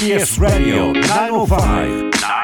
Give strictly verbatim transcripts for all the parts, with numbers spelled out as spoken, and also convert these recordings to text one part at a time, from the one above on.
シーエス Radio きゅうまるご きゅうまる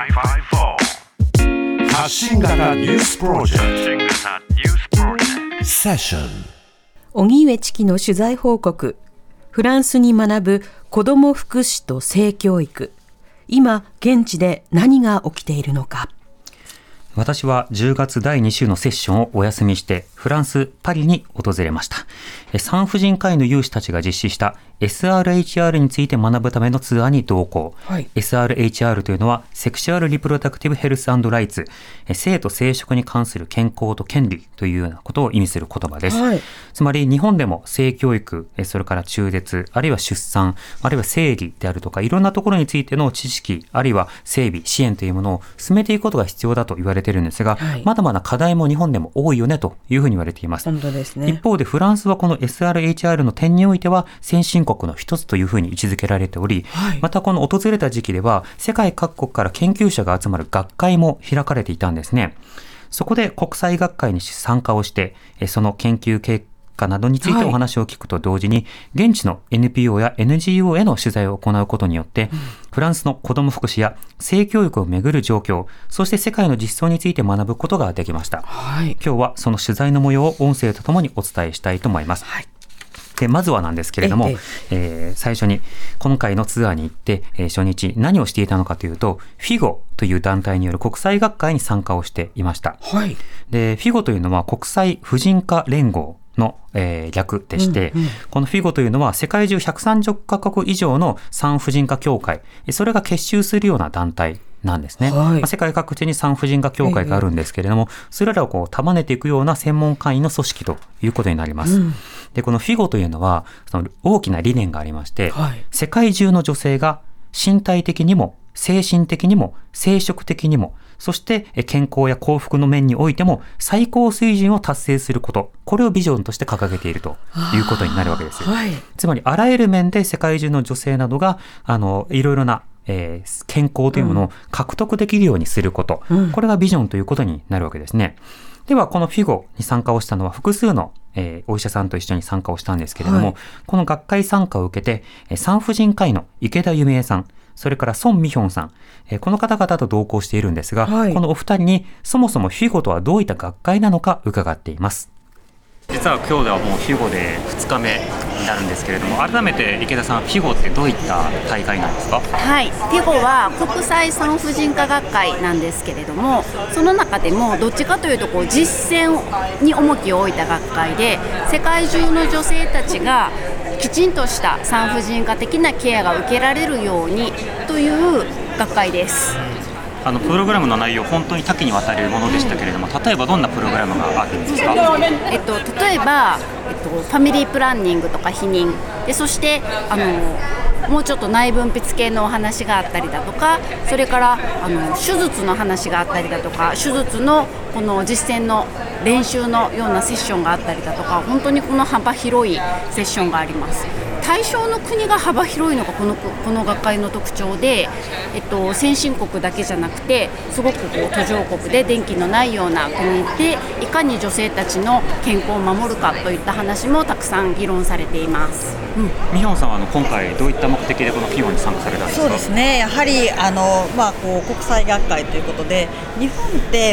ご 発信型ニュースプロジェクトセッション。 荻上チキの取材報告。フランスに学ぶ子ども福祉と性教育。今現地で何が起きているのか。 私はじゅうがつだいに週のセッションをお休みしてフランス・パリに訪れました。産婦人科医の有志たちが実施した エスアールエイチアール について学ぶためのツアーに同行、はい、エスアールエイチアール というのはセクシュアル・リプロダクティブ・ヘルス・アンド・ライツ、性と生殖に関する健康と権利というようなことを意味する言葉です、はい、つまり日本でも性教育、それから中絶、あるいは出産、あるいは生理であるとかいろんなところについての知識、あるいは整備、支援というものを進めていくことが必要だと言われているんですが、はい、まだまだ課題も日本でも多いよねというふうに言われています。 本当ですね。 一方でフランスはこの エスアールエイチアール の点においては先進国の一つというふうに位置づけられており、はい、またこの訪れた時期では世界各国から研究者が集まる学会も開かれていたんですね。そこで国際学会に参加をしてその研究結果などについてお話を聞くと同時に、はい、現地の エヌピーオー や エヌジーオー への取材を行うことによって、うん、フランスの子ども福祉や性教育をめぐる状況、そして世界の実装について学ぶことができました、はい、今日はその取材の模様を音声とともにお伝えしたいと思います、はい。でまずはなんですけれども、えええー、最初に今回のツアーに行って、えー、初日何をしていたのかというと、フィゴという団体による国際学会に参加をしていました、はい、でフィゴというのは国際婦人科連合の、えー、略でして、うんうん、このフィゴというのは世界中ひゃくさんじゅっカ国以上の産婦人科協会、それが結集するような団体なんですね、はい。まあ、世界各地に産婦人科協会があるんですけれども、ええ、それらをこう束ねていくような専門会員の組織ということになります、うん。でこのフィゴというのはその大きな理念がありまして、はい、世界中の女性が身体的にも精神的にも生殖的にも、そして健康や幸福の面においても最高水準を達成すること、これをビジョンとして掲げているということになるわけです、はい。つまりあらゆる面で世界中の女性などがあのいろいろなえー、健康というものを獲得できるようにすること、うん、これがビジョンということになるわけですね。ではこのフィゴに参加をしたのは複数の、えー、お医者さんと一緒に参加をしたんですけれども、はい、この学会参加を受けて産婦人科医の池田夢恵さん、それから孫美ヒョンさん、えー、この方々と同行しているんですが、はい、このお二人にそもそもフィゴとはどういった学会なのか伺っています。実は今日ではもうフィゴでふつかめになるんですけれども、改めて池田さん、フィゴってどういった大会なんですか？ はい、フィゴは国際産婦人科学会なんですけれども、その中でもどっちかというとこう実践に重きを置いた学会で、世界中の女性たちがきちんとした産婦人科的なケアが受けられるようにという学会です。 あのプログラムの内容本当に多岐にわたるものでしたけれども、例えばどんなプログラムがあるんですか？ えっと、例えば、えっと、ファミリープランニングとか避妊で、そしてあのもうちょっと内分泌系のお話があったりだとか、それからあの手術の話があったりだとか、手術のこの実践の練習のようなセッションがあったりだとか、本当にこの幅広いセッションがあります。対象の国が幅広いのがこの、この学会の特徴で、えっと、先進国だけじゃなくてすごくこう途上国で電気のないような国でいかに女性たちの健康を守るかといった話もたくさん議論されています、 うん。ミヒョンさんはあの今回どういった目的でこのフィゴに参加されたんですか？ そうですね、やはりあの、まあ、こう国際学会ということで、日本って、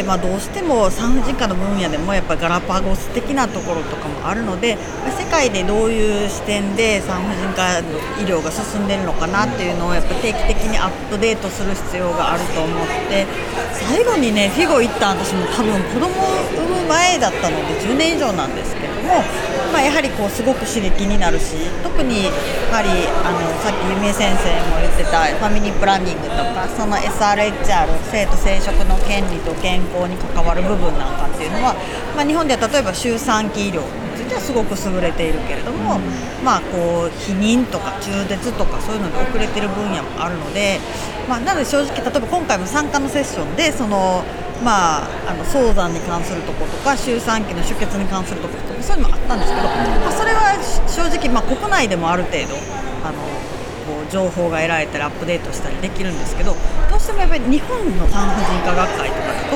まあ、どうしても産婦人科の分野でもやっぱガラパゴス的なところとかもあるので、世界でどういう視点で産婦人科医療が進んでいるのかなっていうのをやっぱ定期的にアップデートする必要があると思って、最後にねフィゴ行った私も多分子供を産む前だったのでじゅうねん以上なんですけども、まあ、やはりこうすごく刺激になるし、特にやはりあのさっき夢井先生も言ってたファミリープランニングとか、その エスアールエイチアール 性と生殖の権利と健康に関わる部分なんかっていうのは、まあ、日本では例えば周産期医療についてはすごく優れているけれども、うん、まあこう避妊とか中絶とかそういうので遅れている分野もあるので、まあ、なので正直例えば今回も参加のセッションでそのまあ、あの早産に関するところとか周産期の出血に関するところとかそういうのもあったんですけど、まあ、それは正直、まあ、国内でもある程度あのこう情報が得られたりアップデートしたりできるんですけど、どうしてもやっぱり日本の産婦人科学会とかだと、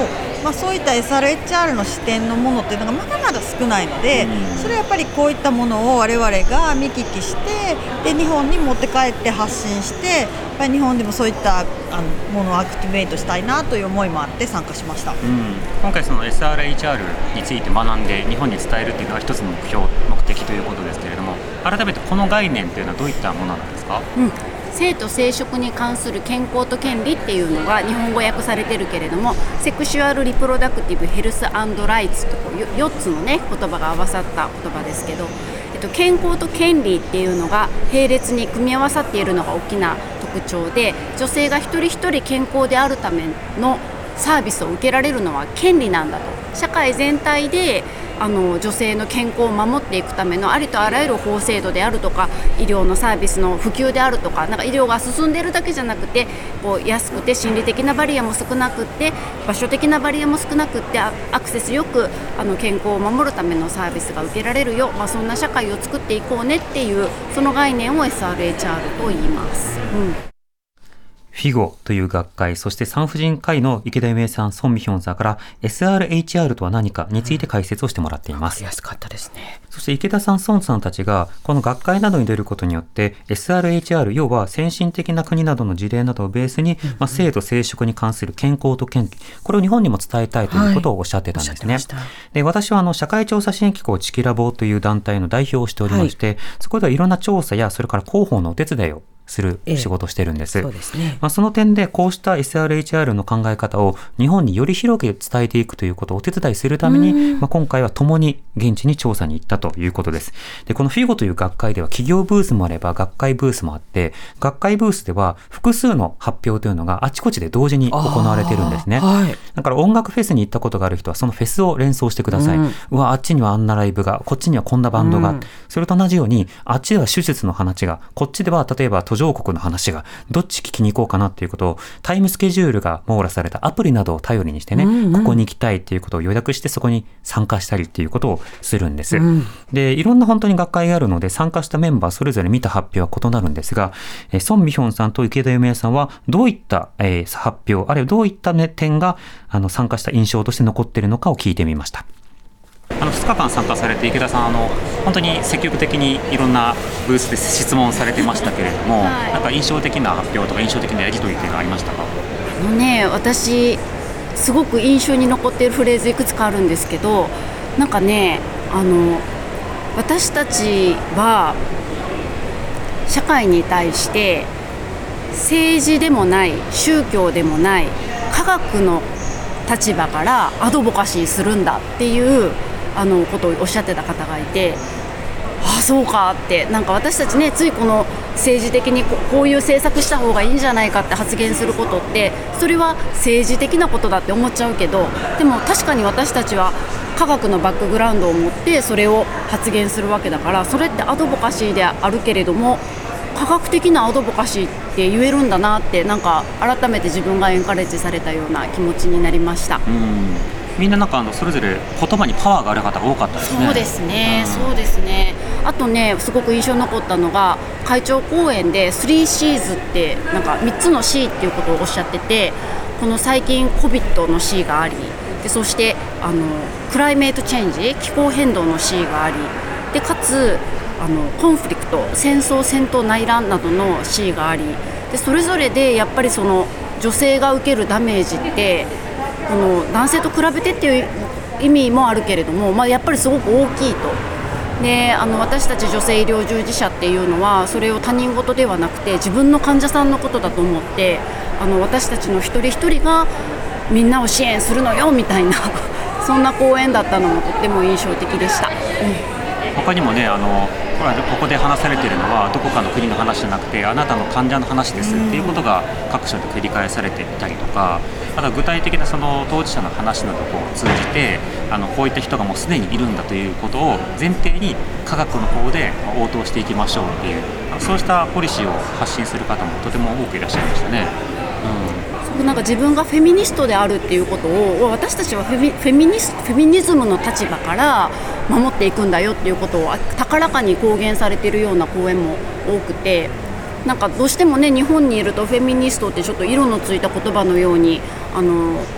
まあ、そういった エスアールエイチアール の視点のものっていうのがまだまだ少ないので、それはやっぱりこういったものを我々が見聞きしてで日本に持って帰って発信してやっぱり日本でもそういったあのものをアクティベートしたいなという思いもあって参加しました、うん、 今回その エスアールエイチアール について学んで日本に伝えるというのが一つの目標目的ということですけれども、改めてこの概念というのはどういったものなんですか？ うん性と生殖に関する健康と権利っていうのが日本語訳されてるけれども、セクシュアルリプロダクティブヘルス&ライツというよっつのね言葉が合わさった言葉ですけど、えっと、健康と権利っていうのが並列に組み合わさっているのが大きな特徴で、女性が一人一人健康であるためのサービスを受けられるのは権利なんだと。社会全体であの女性の健康を守っていくためのありとあらゆる法制度であるとか医療のサービスの普及であるとか、なんか医療が進んでいるだけじゃなくてこう安くて心理的なバリアも少なくて場所的なバリアも少なくてアクセスよくあの健康を守るためのサービスが受けられるよ、まあ、そんな社会を作っていこうねっていうその概念を エスアールエイチアール と言います、うんフィゴという学会、そして産婦人科医の池田夢恵さん、ソン・ミヒョンさんから エスアールエイチアール とは何かについて解説をしてもらっています。 わかりやすかったですね。 そして池田さん、ソンさんたちがこの学会などに出ることによって エスアールエイチアール、要は先進的な国などの事例などをベースに、まあ、性と生殖に関する健康と権利、これを日本にも伝えたいということをおっしゃってたんですね。はい、で私はあの社会調査支援機構チキラボという団体の代表をしておりまして、はい、そこではいろんな調査やそれから広報のお手伝いをする仕事をしてるんです。 ええ、そうですね。 まあ、その点でこうした エスアールエイチアール の考え方を日本により広く伝えていくということをお手伝いするために、まあ、今回は共に現地に調査に行ったということです。で、このフィゴという学会では企業ブースもあれば学会ブースもあって、学会ブースでは複数の発表というのがあちこちで同時に行われてるんですね。はい、だから音楽フェスに行ったことがある人はそのフェスを連想してください。うん、うわ、あっちにはあんなライブが、こっちにはこんなバンドが、うん、それと同じようにあっちでは手術の話が、こっちでは例えば途上国の話が、どっち聞きに行こうかなっていうことをタイムスケジュールが網羅されたアプリなどを頼りにしてね、うんうん、ここに行きたいっていうことを予約してそこに参加したりっていうことをするんです。うん、で、いろんな本当に学会があるので参加したメンバーそれぞれ見た発表は異なるんですが、えソン・ミヒョンさんと池田夢恵さんはどういった、えー、発表、あるいはどういった、ね、点があの参加した印象として残っているのかを聞いてみました。あのふつかかん参加されて池田さん、あの本当に積極的にいろんなブースで質問されてましたけれども、はい、なんか印象的な発表とか印象的なやり取りというのはありましたか？ あのね、私すごく印象に残っているフレーズいくつかあるんですけど、なんかね、あの私たちは社会に対して政治でもない宗教でもない科学の立場からアドボカシーするんだっていうあのことをおっしゃってた方がいて、ああそうかって、なんか私たちね、ついこの政治的に こ, こういう政策した方がいいんじゃないかって発言することって、それは政治的なことだって思っちゃうけど、でも確かに私たちは科学のバックグラウンドを持ってそれを発言するわけだから、それってアドボカシーであるけれども科学的なアドボカシーって言えるんだなって、なんか改めて自分がエンカレッジされたような気持ちになりました。 うん、みんななんかあのそれぞれ言葉にパワーがある方が多かったですね。 そうですね、うん、そうですね。あとね、すごく印象に残ったのが会長講演で スリーシーズ ってなんかみっつの C っていうことをおっしゃってて、この最近 コビッド の C があり、でそしてあのクライメートチェンジ、気候変動の C があり、でかつあのコンフリクト、戦争戦闘内乱などの C があり、でそれぞれでやっぱりその女性が受けるダメージってこの男性と比べてっていう意味もあるけれども、まあ、やっぱりすごく大きいと。であの私たち女性医療従事者っていうのはそれを他人事ではなくて自分の患者さんのことだと思って、あの私たちの一人一人がみんなを支援するのよみたいなそんな講演だったのもとっても印象的でした。うん、 他にもね、あのここで話されているのはどこかの国の話じゃなくてあなたの患者の話ですっていうことが各所で繰り返されていたりとか、あとは具体的なその当事者の話などを通じてあのこういった人がもうすでにいるんだということを前提に科学の方で応答していきましょうっていう、そうしたポリシーを発信する方もとても多くいらっしゃいましたね。 うん、なんか自分がフェミニストであるっていうことを私たちはフェミ、フェミニス、フェミニズムの立場から守っていくんだよっていうことを高らかに公言されているような講演も多くて、なんかどうしてもね日本にいるとフェミニストってちょっと色のついた言葉のようにあの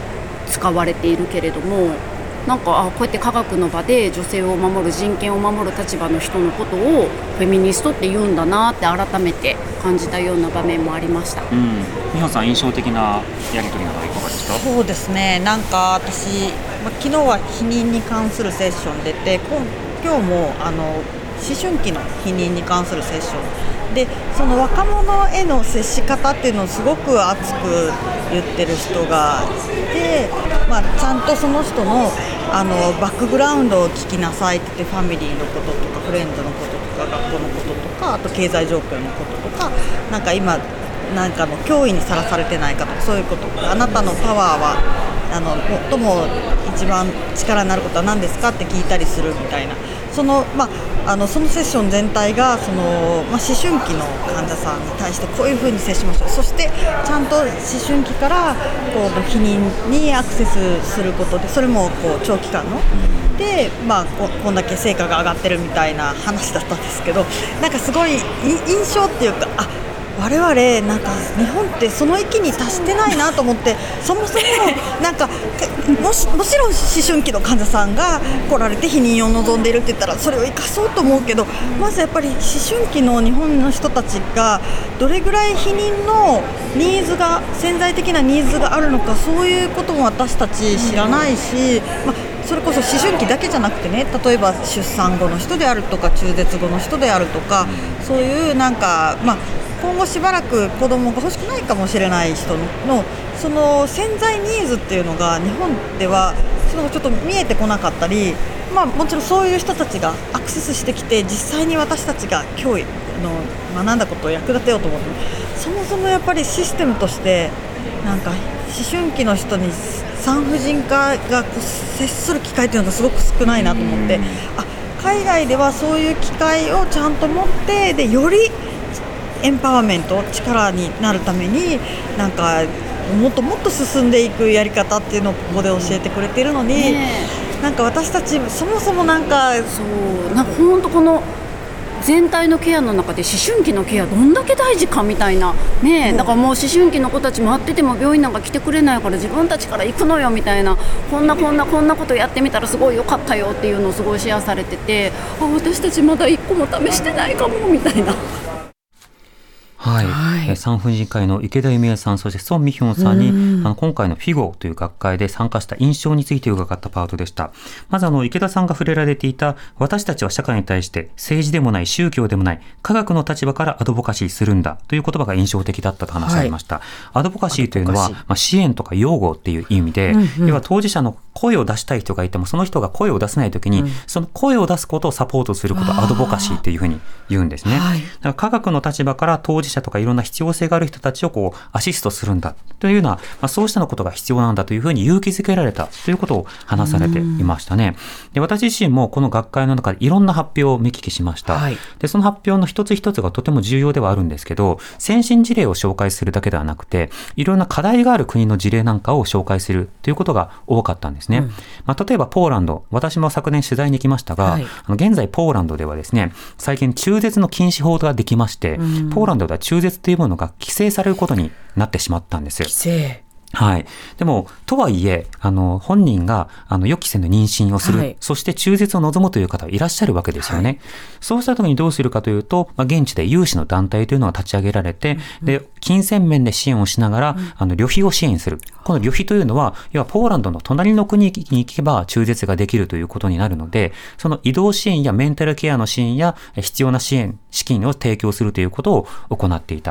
使われているけれども、なんかあこうやって科学の場で女性を守る、人権を守る立場の人のことをフェミニストって言うんだなって改めて感じたような場面もありました。 うん、美穂さん、印象的なやり取りなどいかがですか？ そうですね、なんか私、ま、昨日は避妊に関するセッション出て、今, 今日もあの思春期の避妊に関するセッションで、その若者への接し方っていうのをすごく熱く言ってる人がいて、まあ、ちゃんとその人のあのバックグラウンドを聞きなさいって言って、ファミリーのこととかフレンドのこととか学校のこととか、あと経済状況のこととか、なんか今なんかの脅威にさらされてないかとか、そういうこととか、あなたのパワーはあの最も一番力になることは何ですかって聞いたりするみたいな、その、まあ、あのそのセッション全体がその、まあ、思春期の患者さんに対してこういうふうに接しましょう、そしてちゃんと思春期からこう避妊にアクセスすることで、それもこう長期間ので、まあ、こ, こんだけ成果が上がってるみたいな話だったんですけど、なんかすごい印象っていうか、あ我々なんか日本ってその域に達してないなと思って、そもそもなんか も, しもちろん思春期の患者さんが来られて避妊を望んでいるって言ったらそれを生かそうと思うけど、まずやっぱり思春期の日本の人たちがどれぐらい避妊のニーズが潜在的なニーズがあるのか、そういうことも私たち知らないし、まあそれこそ思春期だけじゃなくてね、例えば出産後の人であるとか中絶後の人であるとか、そういうなんか、まあ、今後しばらく子供が欲しくないかもしれない人のその潜在ニーズっていうのが日本ではそのちょっと見えてこなかったり、まあ、もちろんそういう人たちがアクセスしてきて実際に私たちが今日の学んだことを役立てようと思って、そもそもやっぱりシステムとしてなんか思春期の人に産婦人科がこう接する機会というのがすごく少ないなと思って、あ海外ではそういう機会をちゃんと持って、でよりエンパワーメント力になるためになんかもっともっと進んでいくやり方っていうのをここで教えてくれているのに、ね、なんか私たちそもそもなんかそうなんか本当この全体のケアの中で思春期のケアどんだけ大事かみたいな、ね、だからもう思春期の子たち待ってても病院なんか来てくれないから自分たちから行くのよみたいな、こんなこんなこんなことやってみたらすごい良かったよっていうのをすごいシェアされてて、あ私たちまだ一個も試してないかもみたいな。 はい、はい、産婦人科医の池田由美恵さん、そしてソン・ミヒョンさんにあの今回のフィゴという学会で参加した印象について伺ったパートでした。まずあの池田さんが触れられていた、私たちは社会に対して政治でもない宗教でもない科学の立場からアドボカシーするんだという言葉が印象的だったと話されました、はい、アドボカシーというのは、まあ、支援とか擁護っていう意味で、うんうん、要は当事者の声を出したい人がいてもその人が声を出せないときに、うん、その声を出すことをサポートすることをアドボカシーっていうふうに言うんですね、はい、だから科学の立場から当事者とかいろんな必要性がある人たちをこうアシストするんだというような、まあ、そうしたのことが必要なんだというふうに勇気づけられたということを話されていましたね。で私自身もこの学会の中でいろんな発表を見聞きしました、はい、でその発表の一つ一つがとても重要ではあるんですけど、先進事例を紹介するだけではなくていろんな課題がある国の事例なんかを紹介するということが多かったんですね、うんまあ、例えばポーランド、私も昨年取材に行きましたが、はい、あの現在ポーランドではですね最近中絶の禁止法ができまして、うん、ポーランドでは中絶というものが規制されることになってしまったんです。 規制はい。でも、とはいえ、あの、本人が、あの、予期せぬ妊娠をする、はい、そして中絶を望むという方はいらっしゃるわけですよね。はい、そうした時にどうするかというと、まあ、現地で有志の団体というのが立ち上げられて、うんうん、で、金銭面で支援をしながら、うん、あの、旅費を支援する。この旅費というのは、要はポーランドの隣の国に行けば中絶ができるということになるので、その移動支援やメンタルケアの支援や必要な支援、資金を提供するということを行っていた。うん、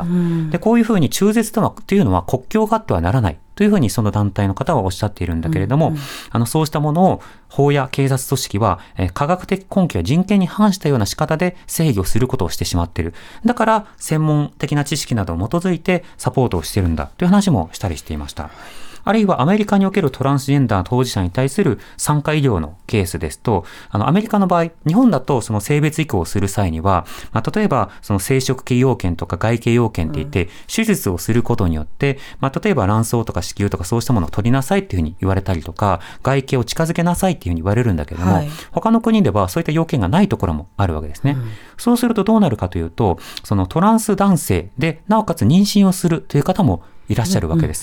で、こういうふうに中絶というのは国境があってはならない。というふうにその団体の方はおっしゃっているんだけれども、うんうん、あのそうしたものを法や警察組織は、えー、科学的根拠や人権に反したような仕方で制御することをしてしまっている。だから専門的な知識などを基づいてサポートをしているんだという話もしたりしていました。あるいはアメリカにおけるトランスジェンダー当事者に対する産科医療のケースですと、あのアメリカの場合、日本だとその性別移行をする際には、まあ、例えばその生殖器要件とか外形要件っていって、うん、手術をすることによって、まあ、例えば卵巣とか子宮とかそうしたものを取りなさいっていうふうに言われたりとか、外形を近づけなさいっていうふうに言われるんだけれども、はい、他の国ではそういった要件がないところもあるわけですね。うん、そうするとどうなるかというと、そのトランス男性でなおかつ妊娠をするという方もいらっしゃるわけです。うんうんうん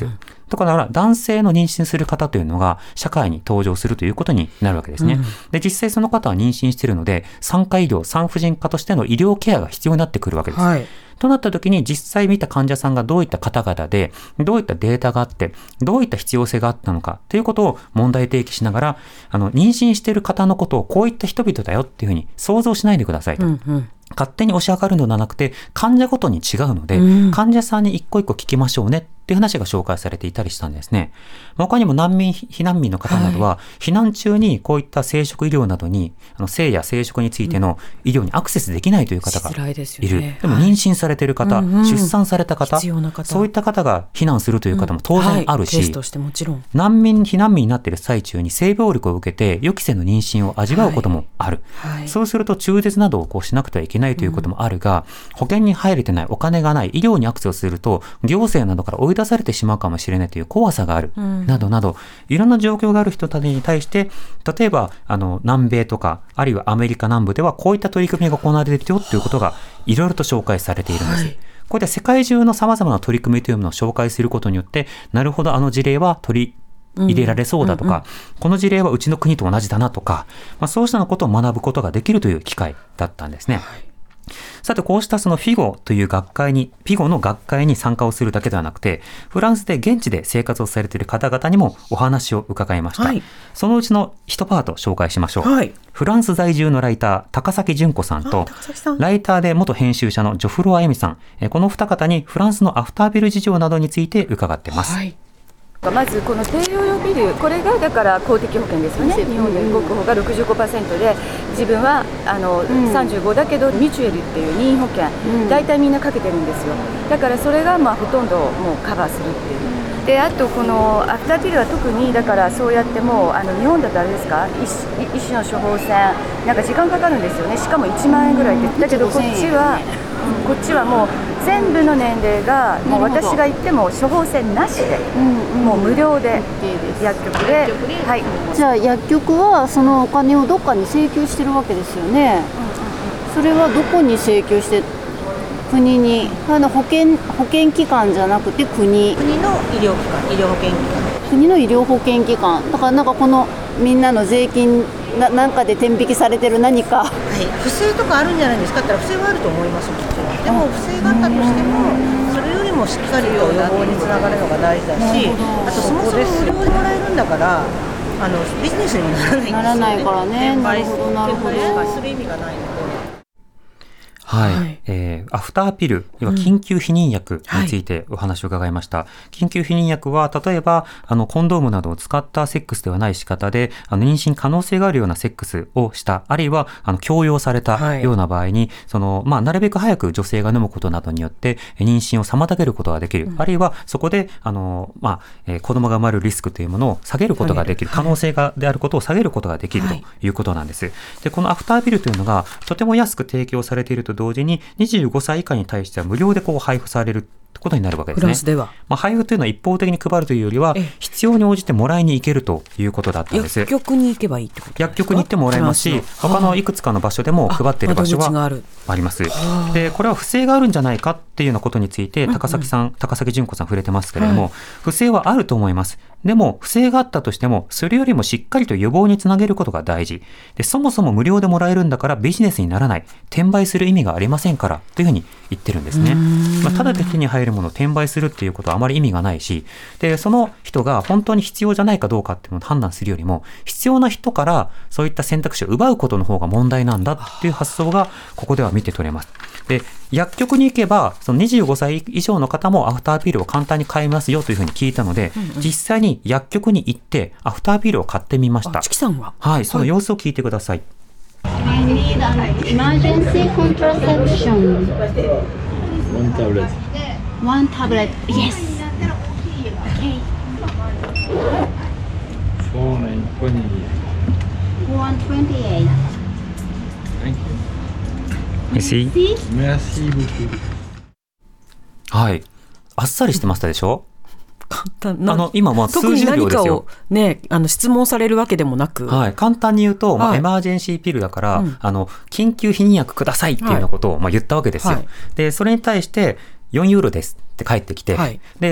だから男性の妊娠する方というのが社会に登場するということになるわけですね。うん、で、実際その方は妊娠しているので、産科医療、産婦人科としての医療ケアが必要になってくるわけです。はい、となった時に実際見た患者さんがどういった方々で、どういったデータがあって、どういった必要性があったのかということを問題提起しながら、あの、妊娠している方のことをこういった人々だよっていうふうに想像しないでくださいと。うんうん、勝手に推し量るのではなくて、患者ごとに違うので、うん、患者さんに一個一個聞きましょうねっていう話が紹介されていたりしたんですね。他にも難民、避難民の方などは、はい、避難中にこういった生殖医療などに、あの性や生殖についての医療にアクセスできないという方がいる。うんですよね、でも妊娠されている方、はい、出産された方、うんうん、方、そういった方が避難するという方も当然あるし、うんはい、ケースとしてもちろん難民、避難民になっている最中に性暴力を受けて予期せぬ妊娠を味わうこともある。はいはい、そうすると中絶などをこうしなくてはいけないということもあるが、うん、保険に入れてないお金がない医療にアクセスすると行政などから追い出されてしまうかもしれないという怖さがある、うん、などなどいろんな状況がある人たちに対して例えばあの南米とかあるいはアメリカ南部ではこういった取り組みが行われているよということがいろいろと紹介されているんです。はい、こういった世界中の様々な取り組みというものを紹介することによってなるほどあの事例は取り入れられそうだとか、うんうんうん、この事例はうちの国と同じだなとか、まあ、そうしたことを学ぶことができるという機会だったんですね。はい、さてこうしたそのフィゴという学会に、フィゴの学会に参加をするだけではなくて、フランスで現地で生活をされている方々にもお話を伺いました。はい、そのうちの一パート紹介しましょう。はい、フランス在住のライター、高崎純子さんと、ライターで元編集者のジョフロアエミさん、この二方にフランスのアフタービル事情などについて伺っています。はい、 まずこの低用量ビル、これがだから公的保険ですよね。日本で国保が ろくじゅうごパーセント で、自分はあの、うん、さんじゅうごだけどミュチュエルっていう任意保険、うん、大体みんなかけてるんですよ。だからそれがまあほとんどもうカバーするっていう。であとこのアフタービルは特にだからそうやってもうあの日本だとあれですか、医師の処方箋なんか時間かかるんですよね。しかもいちまんえんぐらいで、だけどこっちはこっちはもう全部の年齢がもう私が言っても処方箋なしで、うんうん、もう無料で薬局で、はい、 じゃあ薬局はそのお金をどっかに請求してるわけですよね。それはどこに請求して、国に、あの保険保険機関じゃなくて国国の医療機関、医療保険機関、 国の医療保険機関だから、なんかこのみんなの税金ななんかで天引きされてる何か、はい、 不正とかあるんじゃないですかって言ったら、不正はあると思いますもちろん。でも不正があったとしても、それよりもしっかりと予防につながるのが大事だし、あとそもそも無料でもらえるんだから、あのビジネスにもならないんですよね。 ならないからね。なるほどなるほど。 転売する意味がないので。 はい、はい、えー、アフターピル、要は緊急避妊薬についてお話を伺いました。うんはい、緊急避妊薬は例えばあのコンドームなどを使ったセックスではない仕方であの妊娠可能性があるようなセックスをした、あるいはあの強要されたような場合に、はい、そのまあなるべく早く女性が飲むことなどによって妊娠を妨げることができる、うん、あるいはそこであのまあ、えー、子供が生まれるリスクというものを下げることができる、可能性がであることを下げることができるということなんです。でこのアフターピルというのがとても安く提供されていると同時ににじゅうごさい以下に対しては無料でこう配布されることになるわけですね。 フランスでは、 まあ、配布というのは一方的に配るというよりは必要に応じてもらいに行けるということだったんです。 薬局に行けばいいってことですか？ 薬局に行ってもらえますし、他のいくつかの場所でも配っている場所はあります。でこれは不正があるんじゃないかっていうようなことについて高崎さん、うんうん、高崎純子さん触れてますけれども、はい、不正はあると思います。でも不正があったとしてもそれよりもしっかりと予防につなげることが大事で、そもそも無料でもらえるんだからビジネスにならない、転売する意味がありませんからというふうに言ってるんですね。まあ、ただで手に入るものを転売するっていうことはあまり意味がないし、でその人が本当に必要じゃないかどうかっていうのを判断するよりも必要な人からそういった選択肢を奪うことの方が問題なんだっていう発想がここでは見て取れます。で薬局に行けばそのにじゅうごさい以上の方もアフターピルを簡単に買えますよというふうに聞いたので、うんうん、実際に薬局に行ってアフターピルを買ってみました。 チキさんは、 はい、その様子を聞いてください。 I need an emergency contraception. One tablet. One tablet. Yes. Okay. Four and twenty-eight. Four and twenty-eight. Thank you. Merci. Merci beaucoup. はい、あっさりしてましたでしょ。 簡単なあの今まあ数十秒ですよ。特に何かをね、あの質問されるわけでもなく、 はい、簡単に言うと、まあ、エマージェンシーピルだから、うん、あの緊急避妊薬くださいっていうようなことを、まあ、言ったわけですよ。はい、でそれに対してよんユーロですって返ってきて、はい、で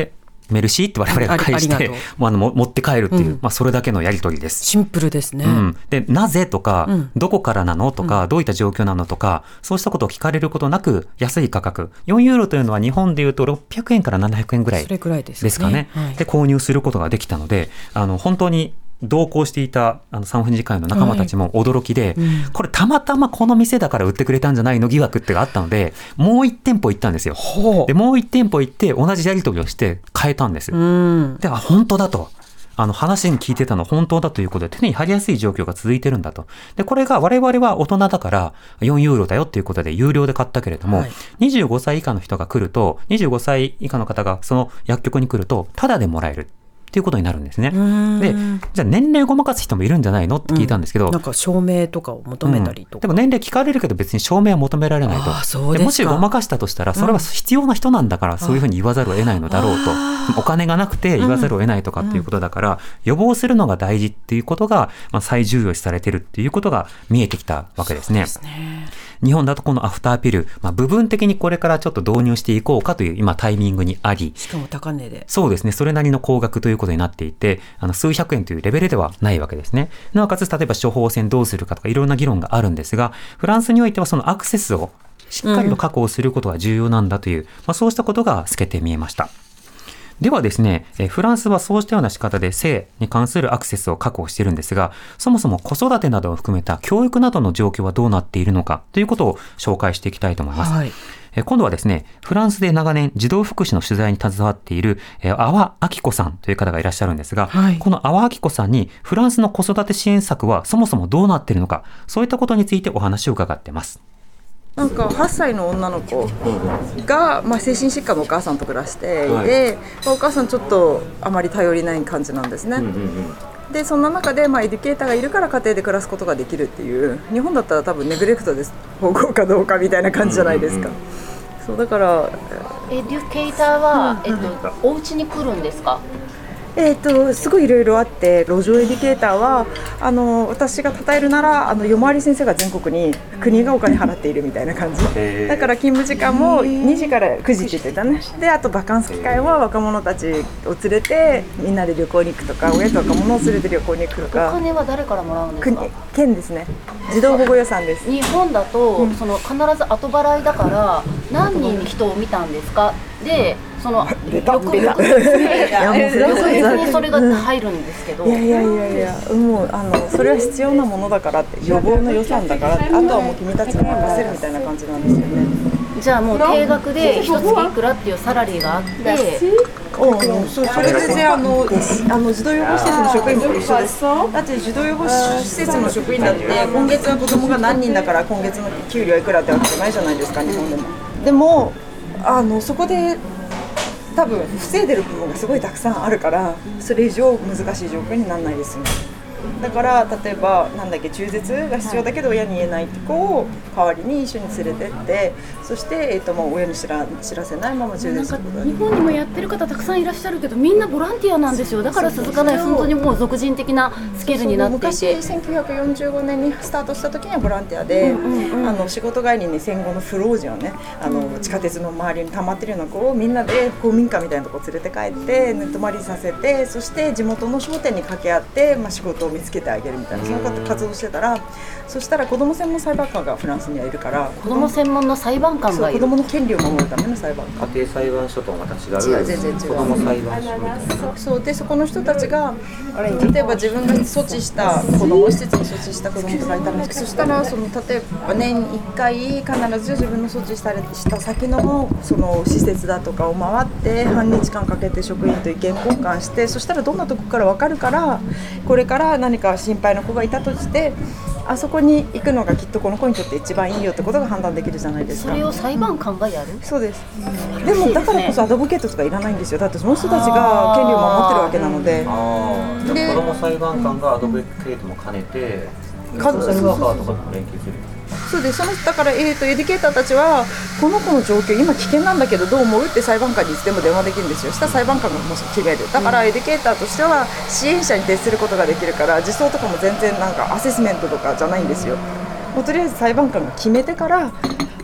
メルシーって我々が返しありありてがとうもうあのも持って帰るっていう、 うんまあ、それだけのやり取りです。 シンプルですね。 うん、でなぜとか、 うんどこからなのとか、どういった状況なのとか、そうしたことを聞かれることなく安い価格よんユーロというのは日本でいうとろっぴゃくえんからななひゃくえんぐらいそれぐらいですね。 ですかね。 はいで購入することができたので、あの本当に同行していたあの産婦人科医の仲間たちも驚きで、 うんこれたまたまこの店だから売ってくれたんじゃないの疑惑ってがあったので、もういち店舗行ったんですよ。 ほでもういち店舗行って同じやり取りをして変えたんです。 う。うん。 で、あ、本当だと。あの話に聞いてたの本当だということで手に入りやすい状況が続いてるんだと。で、これが我々は大人だからよんユーロだよということで有料で買ったけれども、 はいにじゅうごさい以下の人が来ると、にじゅうごさい以下の方がその薬局に来るとタダでもらえるっていうことになるんですね。 うんで、じゃあ年齢ごまかす人もいるんじゃないのって聞いたんですけど、 なんか証明とかを求めたりとか。 うんでも年齢聞かれるけど別に証明は求められないと。 あーそうですかもしごまかしたとしたらそれは必要な人なんだからそういうふうに言わざるを得ないのだろうと。お金がなくて言わざるを得ないとかっていうことだから、予防するのが大事っていうことが、まあ、最重要視されてるっていうことが見えてきたわけですね。 ですね。 日本だとこのアフターピル、まあ、部分的にこれからちょっと導入していこうかという今タイミングにあり、 しかも高値で。 そうですね。それなりの高額ということになっていて、あの数百円というレベルではないわけですね。なおかつ、例えば処方箋どうするかとかいろんな議論があるんですが、フランスにおいてはそのアクセスをしっかりと確保することが重要なんだという、まあ、そうしたことが透けて見えました。ではですね、えフランスはそうしたような仕方で性に関するアクセスを確保しているんですが、そもそも子育てなどを含めた教育などの状況はどうなっているのかということを紹介していきたいと思います。 はい。 え今度はですね、フランスで長年児童福祉の取材に携わっているえ阿波明子さんという方がいらっしゃるんですが、 はいこの阿波明子さんにフランスの子育て支援策はそもそもどうなっているのか、そういったことについてお話を伺っています。 なんかはっさいの女の子が、まあ、精神疾患のお母さんと暮らしていて、お母さんちょっとあまり頼りない感じなんですね。でそんな中で、まあ、エデュケーターがいるから家庭で暮らすことができるっていう、日本だったら多分ネグレクトです保護かどうかみたいな感じじゃないですか。そうだからエデュケーターは、えっと、お家に来るんですか？ えー、とすごいいろいろあって、路上エデュケーターはあの私が称えるならあの夜回り先生が全国に国がお金払っているみたいな感じだから、勤務時間もにじからくじって言ってたね。であとバカンス期間は若者たちを連れてみんなで旅行に行くとか、親と若者を連れて旅行に行くとおか。 金は誰からもらうんですか？ 国県ですね。児童保護予算です。 日本だと、その必ず後払いだから何人人を見たんですかで、その出た出た翌日にそれが入るんですけど、 いやいやいやいや、もうあのそれは必要なものだからって、予防の予算だからって、あとはもう君たちに任せるみたいな感じなんですよね。 じゃあもう定額で一月いくらっていうサラリーがあって、 うん、そう、それであのあの児童養護施設の職員も一緒です。だって児童養護施設の職員だって今月は子供が何人だから今月の給料いくらってわけじゃないじゃないですか、日本でも。でもあのそこで多分防いでる部分がすごいたくさんあるから、それ以上難しい状況にならないですよね。だから例えばなんだっけ、中絶が必要だけど親に言えない子を代わりに一緒に連れてって、そして、えーとまあ、親に知ら、知らせないまま中絶することができる。 日本にもやってる方たくさんいらっしゃるけど、みんなボランティアなんですよ。だから続かない、本当にもう俗人的なスケールになっていて、 昔せんきゅうひゃくよんじゅうごねんにスタートした時にはボランティアで、あの仕事帰りに戦後の不老人をね、あの地下鉄の周りに溜まってるような子をみんなで公民館みたいなとこ連れて帰って寝泊まりさせて、そして地元の商店に掛け合って、まあ、仕事を見つけてあげるみたいな、その活動してたら、そしたら子ども専門裁判官がフランスにはいるから、 子ども専門の裁判官がいる。 子どもの権利を守るための裁判官。 家庭裁判所とまた違う。 違う、全然違う。 子ども裁判所みたいな。 そうで、そこの人たちが例えば自分が措置した子ども施設に措置した子どもとかいたら、そしたらその例えば年いっかい必ず自分の措置したした先のその施設だとかを回って半日間かけて職員と意見交換して、そしたらどんなとこから分かるから、これから何か心配な子がいたとして、あそこに行くのがきっとこの子にとって一番いいよってことが判断できるじゃないですか。 それを裁判官がやる？ そうです。でもだからこそアドボケートとかいらないんですよ。だってその人たちが権利を守ってるわけなので。 あで子ども裁判官がアドボケートも兼ねて、ソーシャルワーカーとかと連携する。 そうです。そのだから、えー、とエデュケーターたちはこの子の状況今危険なんだけどどう思うって裁判官にいつでも電話できるんですよ。したら裁判官がもう決める。だからエデュケーターとしては支援者に徹することができるから、児相とかも全然なんかアセスメントとかじゃないんですよ。もうとりあえず裁判官が決めてから、あ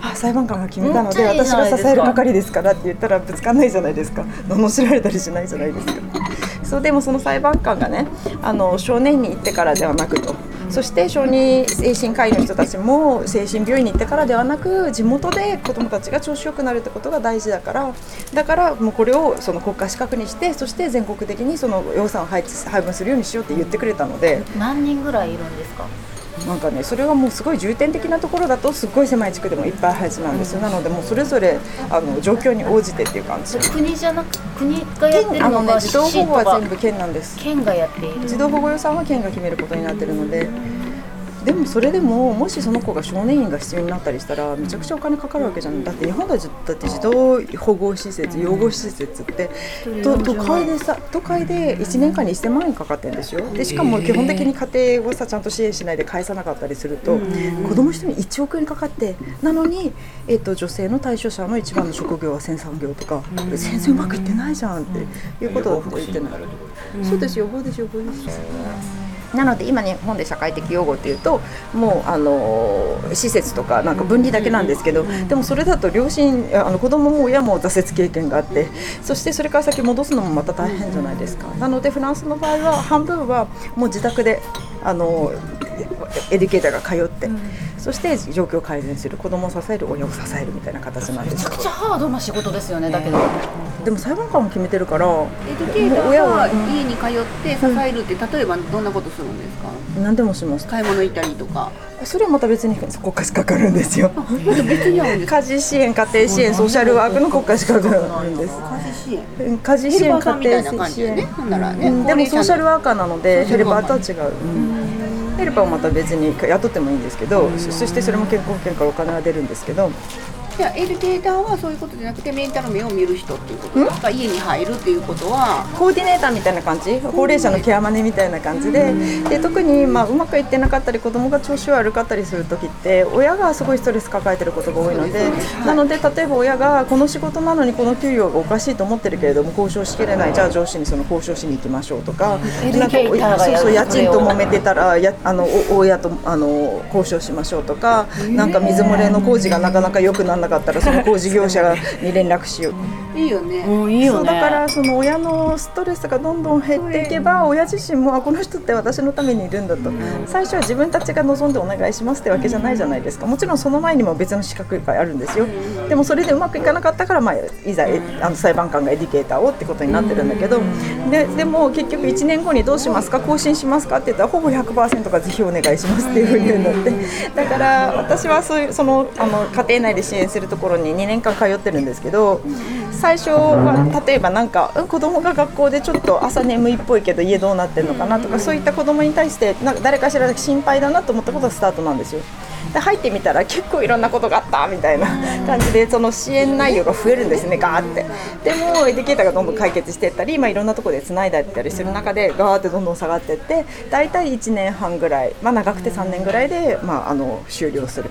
あ裁判官が決めたのでめっちゃいいじ私がゃないですか支える係ですからって言ったらぶつかんないじゃないですか。罵られたりしないじゃないですか。そうでもその裁判官がねあの少年に行ってからではなくと、そして小児精神科医の人たちも精神病院に行ってからではなく地元で子どもたちが調子よくなるってことが大事だからだからもうこれをその国家資格にしてそして全国的にその予算を配置配分するようにしようって言ってくれたので、 何人ぐらいいるんですか？ なんかねそれはもうすごい重点的なところだとすごい狭い地区でもいっぱい配置なんですよ。なのでもうそれぞれあの状況に応じてっていう感じ。 国じゃなく国がやってるあのねのか児童保護は全部市県なんです。 とか県がやっている。 児童保護予算は県が決めることになってるので、でもそれでももしその子が少年院が必要になったりしたらめちゃくちゃお金かかるわけじゃん。だって日本だだって児童保護施設養護施設ってと都会でさ都会でいちねんかんにせんまんえんかかってるんですよ。でしかも基本的に家庭をさちゃんと支援しないで返さなかったりすると子供一人にいちおくえんかかってなのに、えっと、女性の対象者の一番の職業はせんさんぎょうとか全然うまくいってないじゃんっていうことだって言ってない。そうです予防です予防です。なので今日本で社会的養護っていうともうあの施設とかなんか分離だけなんですけど、でもそれだと両親あの子供も親も挫折経験があってそしてそれから先戻すのもまた大変じゃないですか。なのでフランスの場合は半分はもう自宅であのエデュケーターが通って、うん、そして状況を改善する子供を支える親を支えるみたいな形なんです。 めちゃくちゃハードな仕事ですよね。だけど、 うん、でも裁判官も決めてるからエデュケーターが家に通って支えるって、うん、例えばどんなことするんですか？ 何でもします。 買い物行ったりとか。それはまた別に国家資格あるんですよ。 別にあるんですか？ 家事支援家庭支援ソーシャルワークの国家資格があるんです。 家事支援家事支援家庭支援、ねねうん、でもソーシャルワーカーなのでヘルパーとは違う、うんヘルパーはまた別に雇ってもいいんですけど、うん、そしてそれも健康保険からお金は出るんですけど、 いやエデュケーターはそういうことじゃなくてメンタル面を見る人っていうことですか？家に入るっていうことはコーディネーターみたいな感じ、高齢者のケアマネみたいな感じで、うん、で特にまあうまくいってなかったり子供が調子悪かったりする時って親がすごいストレス抱えてることが多いので、なので例えば親がこの仕事なのにこの給料がおかしいと思ってるけれども交渉しきれない、じゃあ上司にその交渉しに行きましょうとか、 エデュケーターがやる、 そうそう家賃と揉めてたらやあの親とあの交渉しましょうとか、なんか水漏れの工事がなかなか良くならなかったらその工事事業者に連絡しよう。 いいよね。 うんいいよね。 そうだからその親のストレスがどんどん減っていけば親自身もあこの人って私のためにいるんだと、最初は自分たちが望んでお願いしますってわけじゃないじゃないですか。もちろんその前にも別の資格があるんですよ。でもそれでうまくいかなかったから、まあ、いざあの裁判官がエデュケーターをってことになってるんだけど、で, でも結局いちねんごにどうしますか更新しますかって言ったらほぼ ひゃくパーセント がぜひお願いしますっていうふうに言うんだって。だから私はそういうそのあの家庭内で支援するところににねんかん通ってるんですけど、最初は例えばなんか子供が学校でちょっと朝眠いっぽいけど家どうなってるのかなとか、そういった子供に対してなんか誰かしら心配だなと思ったことがスタートなんですよ。で入ってみたら結構いろんなことがあったみたいな感じでその支援内容が増えるんですね、ガーって。でもエデュケーターがどんどん解決していったり、まあ、いろんなところでつないだりする中でガーってどんどん下がっていって、だいたいいちねんはんぐらい、まあ、長くてさんねんぐらいで、まあ、あの終了する。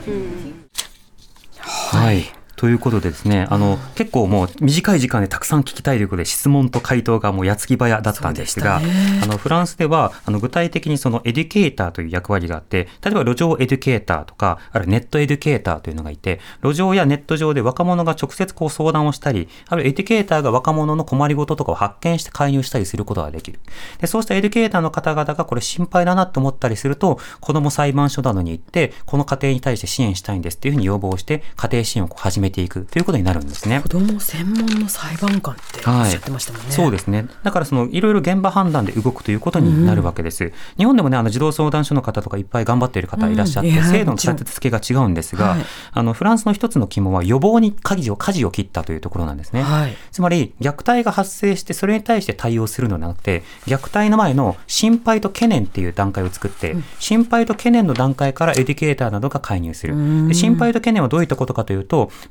はいということでですね、あの結構もう短い時間でたくさん聞きたいということで質問と回答がもう矢継ぎ早だったんですが、あのフランスではあの具体的にそのエデュケーターという役割があって、例えば路上エデュケーターとかあるいはネットエデュケーターというのがいて、路上やネット上で若者が直接こう相談をしたり、あるいはエデュケーターが若者の困りごととかを発見して介入したりすることができる。でそうしたエデュケーターの方々がこれ心配だなと思ったりすると、子ども裁判所などに行ってこの家庭に対して支援したいんですっていうふうに要望して家庭支援をこう始めていくということになるんですね。 子ども専門の裁判官っておっしゃってましたもんね。 はい、そうですね。だからそのいろいろ現場判断で動くということになるわけです。うん、日本でもねあの児童相談所の方とかいっぱい頑張っている方いらっしゃって、うん、制度の立て付けが違うんですが、はい、あのフランスの一つの肝は予防に舵を舵を切ったというところなんですね。はい、つまり虐待が発生してそれに対して対応するのではなくて、虐待の前の心配と懸念っていう段階を作って、うん、心配と懸念の段階からエデュケーターなどが介入する。で心配と懸念はどういったことかというと、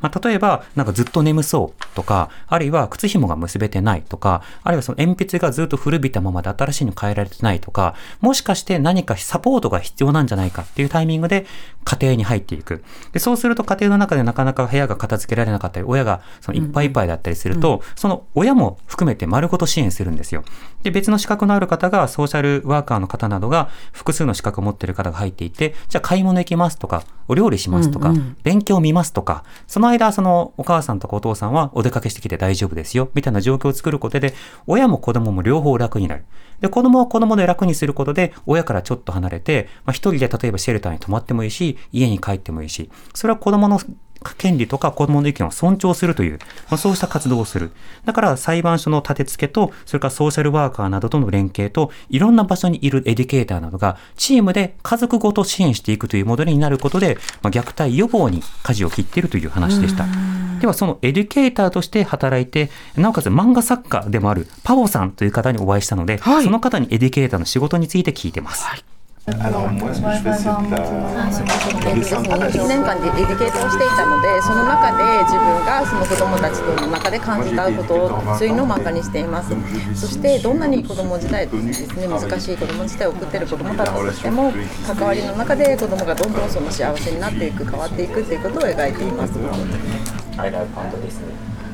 まあ、例えばなんかずっと眠そうとか、あるいは靴紐が結べてないとか、あるいはその鉛筆がずっと古びたままで新しいの変えられてないとか、もしかして何かサポートが必要なんじゃないかっていうタイミングで家庭に入っていく。で、そうすると家庭の中でなかなか部屋が片付けられなかったり、親がそのいっぱいいっぱいだったりすると、うん、その親も含めて丸ごと支援するんですよ。で、別の資格のある方が、ソーシャルワーカーの方などが複数の資格を持っている方が入っていて、じゃあ買い物行きますとか、お料理しますとか、うんうん、勉強見ますとか、その間そのお母さんとかお父さんはお出かけしてきて大丈夫ですよみたいな状況を作ることで、親も子供も両方楽になる。で、子供は子供で楽にすることで、親からちょっと離れて、まあ、一人で例えばシェルターに泊まってもいいし、家に帰ってもいいし、それは子供の権利とか子供の意見を尊重するという、まあ、そうした活動をする。だから裁判所の立て付けと、それからソーシャルワーカーなどとの連携と、いろんな場所にいるエデュケーターなどがチームで家族ごと支援していくというモデルになることで、まあ、虐待予防に舵を切っているという話でした。ではそのエデュケーターとして働いて、なおかつ漫画作家でもあるパオさんという方にお会いしたので、はい、その方にエデュケーターの仕事について聞いてます。はい、 Alors moi ce que je fais c'est de laいちねんかんでエデュケートをしていたので、その中で自分がその子どもたちの中で感じたことを、そういうのを漫画にしています。そしてどんなに子ども時代ですね、難しい子ども時代を送っている子どもたちとしても、関わりの中で子どもがどんどんその幸せになっていく、変わっていくということを描いています。 アイラブパンダですね。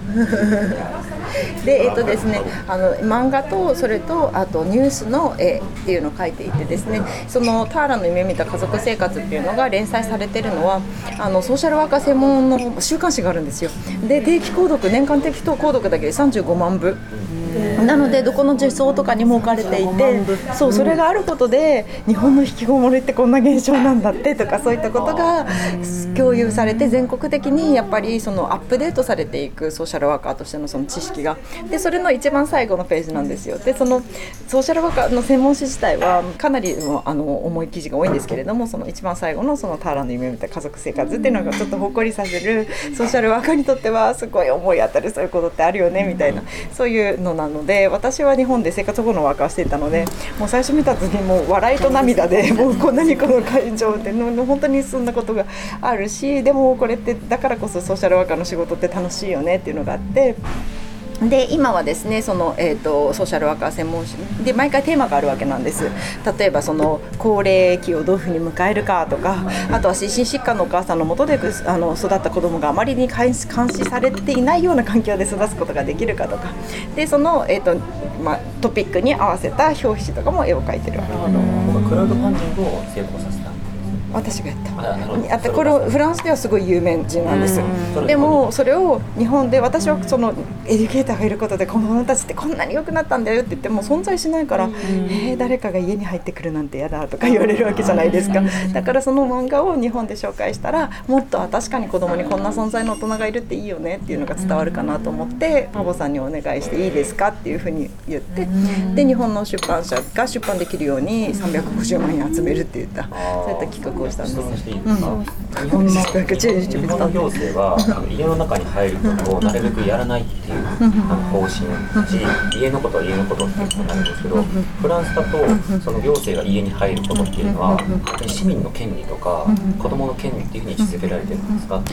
で、えっとですね、あの漫画とそれとあとニュースの絵っていうのを書いていてですね、そのターラの夢見た家族生活っていうのが連載されているのは、あのソーシャルワーカー専門の週刊誌があるんですよ。で、定期購読、年間定期購読だけでさんじゅうごまんぶなので、どこの受賞とかにも置かれていて、そう、それがあることで日本の引きこもりってこんな現象なんだってとか、そういったことが共有されて、全国的にやっぱりそのアップデートされていくソーシャルワーカーとしてのその知識が、でそれの一番最後のページなんですよ。で、そのソーシャルワーカーの専門誌自体はかなりのあの重い記事が多いんですけれども、その一番最後のそのターラの夢見た家族生活っていうのがちょっとほっこりさせる、ソーシャルワーカーにとってはすごい思い当たる、そういうことってあるよねみたいな、そういうのなので、私は日本で生活保護のワーカーしていたので、もう最初見た時にもう笑いと涙で、もうこんなにこの会場っての本当にそんなことがあるし、でもこれってだからこそソーシャルワーカーの仕事って楽しいよねっていうのがあって、で今はですね、その、えーと、ソーシャルワーカー専門誌で毎回テーマがあるわけなんです。例えばその高齢期をどういうふうに迎えるかとか、あとは心身疾患のお母さんの下であの育った子どもがあまりに監視されていないような環境で育つことができるかとかで、その、えーとまあ、トピックに合わせた表紙とかも絵を描いてるわけです。 クラウドファンディングを成功させた。 私がやったあって、これフランスではすごい有名人なんです。でもそれを日本で、私はそのエデュケーターがいることで子どもたちってこんなに良くなったんだよって言っても存在しないから、えー、誰かが家に入ってくるなんて嫌だとか言われるわけじゃないですか。だからその漫画を日本で紹介したら、もっと確かに子どもにこんな存在の大人がいるっていいよねっていうのが伝わるかなと思って、パボさんにお願いしていいですかっていうふうに言って、で日本の出版社が出版できるようにさんびゃくごじゅうまんえん集めるって言った、そういった企画をしたんです。 日本の行政は家の中に入ることをなるべくやらないっていう方針だし、家のことは家のことっていうことになるんですけど、フランスだとその行政が家に入ることっていうのは市民の権利とか子どもの権利っていうふうに位置づけられてるんですか？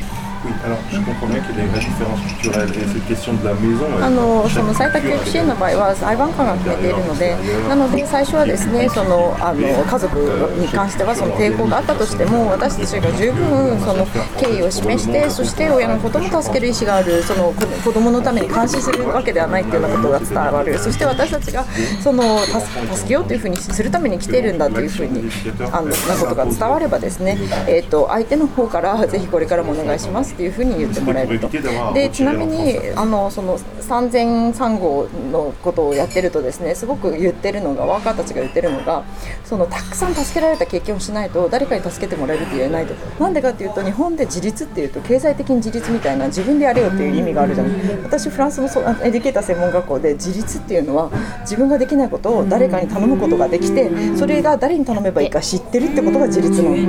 あのその在宅教育支援の場合は裁判官が決めているので、なので最初はですね、そのあの家族に関してはその抵抗があったとしても、私たちが十分その敬意を示して、そして親のことも助ける意思がある、その子どものために監視するわけではないというようなことが伝わる、そして私たちがその助けようというふうにするために来ているんだというふうにあのなことが伝わればですね、えーと、相手の方からぜひこれからもお願いしますというふうに言ってもらえると。でちなみにあのそのさんぜんさん号のことをやってるとですね、すごく言ってるのが、ワーカーたちが言ってるのが、そのたくさん助けられた経験をしないと誰かに助けてもらえるって言えないと。なんでかっていうと、日本で自立っていうと経済的に自立みたいな、自分でやれよっていう意味があるじゃない。私フランスのエデュケーター専門学校で、自立っていうのは自分ができないことを誰かに頼むことができて、それが誰に頼めばいいか知ってるってことが自立なの。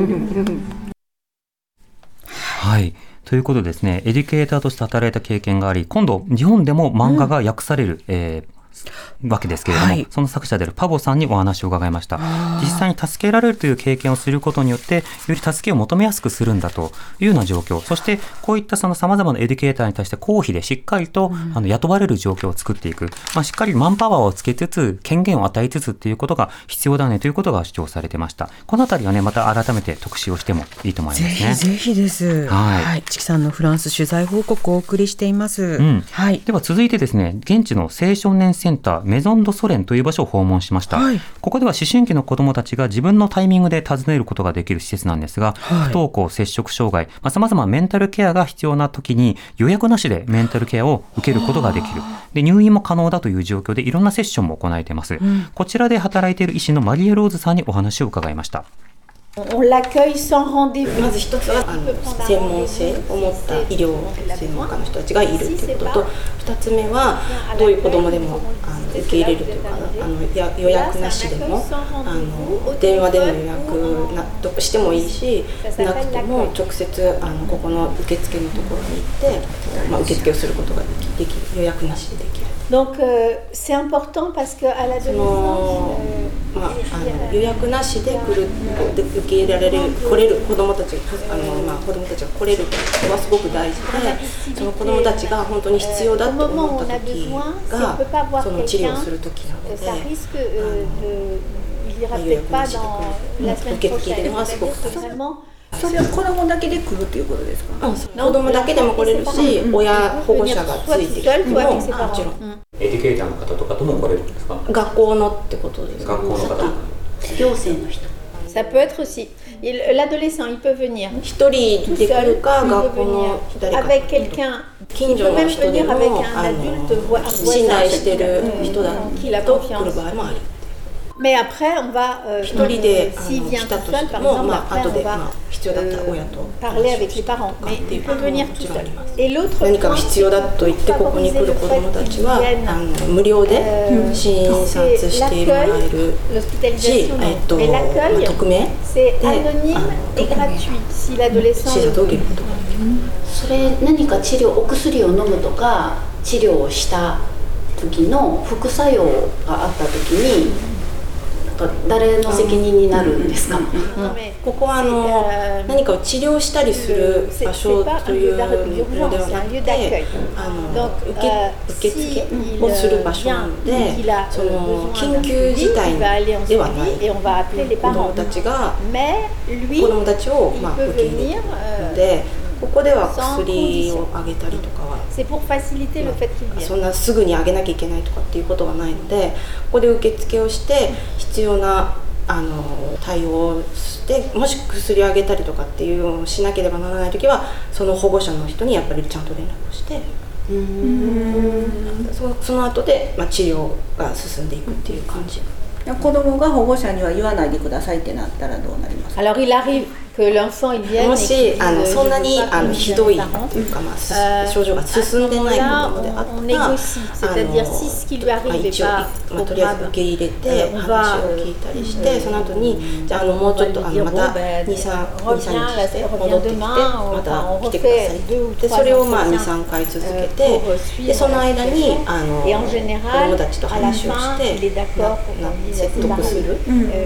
はい、ということですね、エデュケーターとして働いた経験があり、今度日本でも漫画が訳される、うんえーわけですけれども、はい、その作者であるパボさんにお話を伺いました。実際に助けられるという経験をすることによってより助けを求めやすくするんだというような状況、そしてこういったその様々なエデュケーターに対して公費でしっかりと、うん、あの雇われる状況を作っていく、まあ、しっかりマンパワーをつけつつ権限を与えつつということが必要だねということが主張されてました。このあたりはねまた改めて特集をしてもいいと思いますね。 ぜひぜひです。はい、はい、チキさんのフランス取材報告をお送りしています。うん、はい、 では続いてですね、現地の青少年センターメゾンドソレンという場所を訪問しました。はい、ここでは思春期の子どもたちが自分のタイミングで訪ねることができる施設なんですが、はい、不登校、摂食障害、まあ、様々なメンタルケアが必要な時に予約なしでメンタルケアを受けることができる。で、入院も可能だという状況でいろんなセッションも行えています。うん、こちらで働いている医師のマリエローズさんにお話を伺いました。 On l'accueille sans rendez-vous. まず一つはあの専門性を持った医療専門家の人たちがいるということと、二つ目はどういう子どもでもあの受け入れるというか、あのや予約なしでもあの電話での予約などしてもいいし、なくても直接あのここの受付のところに行って、まあ、受付をすることができ、できる、予約なしでできる。 Donc euh, c'est important parce que à l'adolescence, まあ、あの予約なしで来るで受け入れられる来れる子どもたちあの、まあ、子どもたちが来れることはすごく大事で、その子どもたちが本当に必要だと思った時がその治療をする時なので、あの予約なしで来る受付入れるのはすごく大事。 それは子供だけで来るということですか？ うん、子供だけでも来れるし、親保護者がついてきてももちろん。 エデュケーターの方とかとも来れるんですか？ 学校のってことですか？ 学校の方。 行政の人。Ça peut être aussi. L'adolescent, il peut venir. 一人で来るか、学校の誰か。 Avec quelqu'un. 近所の人でも、あの信頼してる人だと来る場合もある。 Mais après, on va, euh, 一人で s'il vient tout seul, par exemple, exemple, après, on va euh, parler avec les parents. Mais il peut venir tout seul. Et l'autre point, 何か必要だと言ってここに来る子どもたちはあの無料で診察してもらえるし、えっと、匿名で et gratuit si l'adolescent 診察を受けることができる。 それ何か治療、お薬を飲むとか治療をした時の副作用があった時に誰の責任になるんですか？うんうん、 ここはあの何かを治療したりする場所というのではなくて、あの受け受付をする場所なので、その緊急事態ではない子どもたちが子どもたちをまあ受け入れるので。ここでは薬をあげたりとかは、まあ、そんなすぐにあげなきゃいけないとかっていうことがないので、ここで受付をして必要なあの対応をして、もし薬をあげたりとかっていうのをしなければならないときはその保護者の人にやっぱりちゃんと連絡をして、うーん そ, その後で、まあ、治療が進んでいくっていう感じ。 子供が保護者には言わないでくださいってなったらどうなりますか？ Alors il arrive que l'enfant il vienne もしあのそんなにあのひどいというか、まあ、症状が進んでないものであったら、 c'est-à-dire si ce qui lui arrive est pas まあ、とりあえず受け入れて話を聞いたりして、その後にじゃあ、あのもうちょっとあのまたにさんにちして戻ってきてまた来てくださいで、それをまあにさんかい続けて、でその間にあの子どもたちと話をして説得する。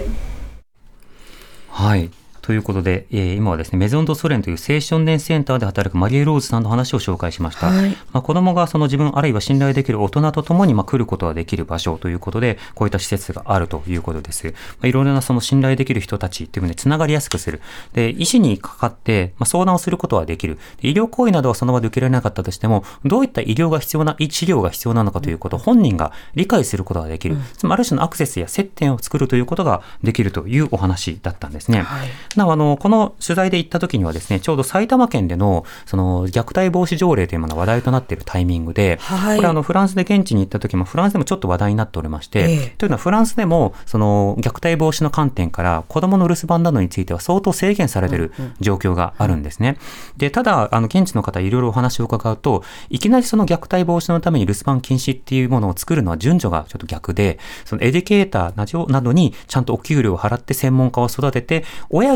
はい。ということで、えー、今はですね、メゾンドソレンという青少年センターで働くマリエ・ローズさんの話を紹介しました。はい、まあ、子供がその自分あるいは信頼できる大人と共にまあ来ることができる場所ということで、こういった施設があるということです。まあ、いろいろなその信頼できる人たちというのでつながりやすくする。で、医師にかかって、まあ、相談をすることはできる。医療行為などはその場で受けられなかったとしても、どういった医療が必要な、治療が必要なのかということを本人が理解することができる。うん、つまりある種のアクセスや接点を作るということができるというお話だったんですね。はい、なお、あの、この取材で行った時にはですね、ちょうど埼玉県でのその虐待防止条例というものが話題となっているタイミングで、はい、これあのフランスで現地に行った時もフランスでもちょっと話題になっておりまして、えー、というのはフランスでもその虐待防止の観点から子どもの留守番などについては相当制限されている状況があるんですね。で、ただあの現地の方いろいろお話を伺うと、いきなりその虐待防止のために留守番禁止っていうものを作るのは順序がちょっと逆で、そのエデュケーターなどにちゃんとお給料を払って専門家を育てて、親が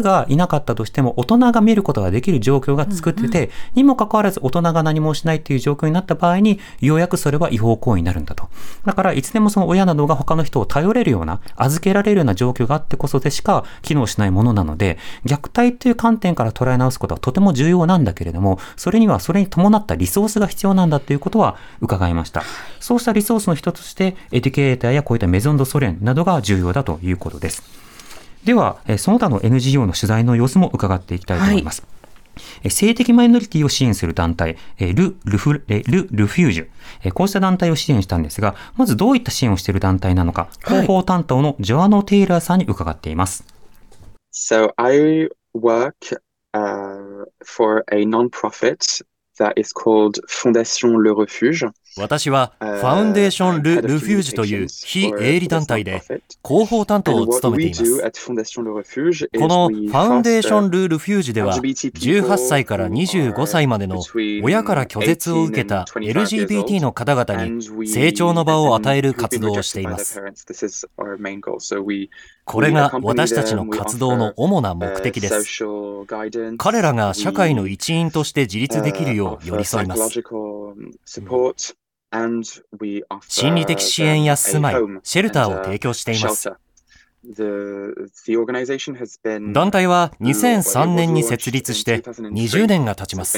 がいなかったとしても大人が見ることができる状況が作ってて、うんうん、にもかかわらず大人が何もしないという状況になった場合にようやくそれは違法行為になるんだと。だからいつでもその親などが他の人を頼れるような、預けられるような状況があってこそでしか機能しないものなので、虐待という観点から捉え直すことはとても重要なんだけれども、それにはそれに伴ったリソースが必要なんだということは伺いました。そうしたリソースの一つとしてエデュケーターやこういったメゾンドソ連などが重要だということです。ではその他の エヌジーオー の取材の様子も伺っていきたいと思います。はい、性的マイノリティを支援する団体ル・ルフ、ル・ルフュージュ、こうした団体を支援したんですが、まずどういった支援をしている団体なのか、広報担当のジョアノ・テイラーさんに伺っています。 So I work、uh, for a non-profit that is called Fondation Le Refuge。 私はファウンデーション・ル・ルフュージュという非営利団体で広報担当を務めています。このファウンデーション・ル・ルフュージュではじゅうはっさいからにじゅうごさいまでの親から拒絶を受けた エルジービーティー の方々に成長の場を与える活動をしています。これが私たちの活動の主な目的です。彼らが社会の一員として自立できるよう寄り添います。心理的支援や住まい、シェルターを提供しています。団体はにせんさんねんに設立してにじゅうねんが経ちます。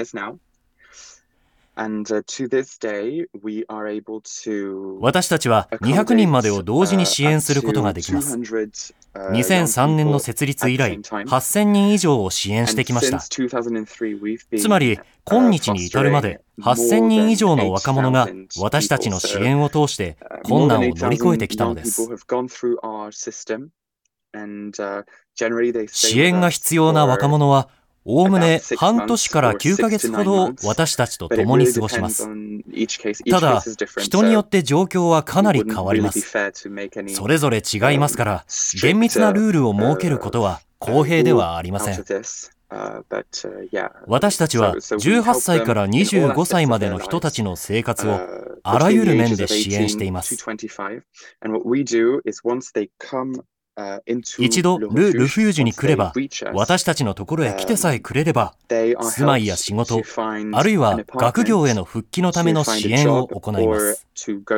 私たちはにひゃくにんまでを同時に支援することができます。にせんさんねんの設立以来、はっせんにん以上を支援してきました。つまり、今日に至るまではっせんにん以上の若者が私たちの支援を通して困難を乗り越えてきたのです。支援が必要な若者は、おおむね半年からきゅうかげつほど私たちと共に過ごします。ただ、人によって状況はかなり変わります。それぞれ違いますから、厳密なルールを設けることは公平ではありません。私たちはじゅうはっさいからにじゅうごさいまでの人たちの生活をあらゆる面で支援しています。一度ル・ルフュージュに来れば、私たちのところへ来てさえくれれば、住まいや仕事、あるいは学業への復帰のための支援を行います。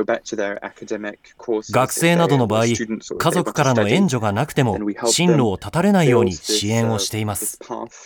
学生などの場合、家族からの援助がなくても進路を断たれないように支援をしています。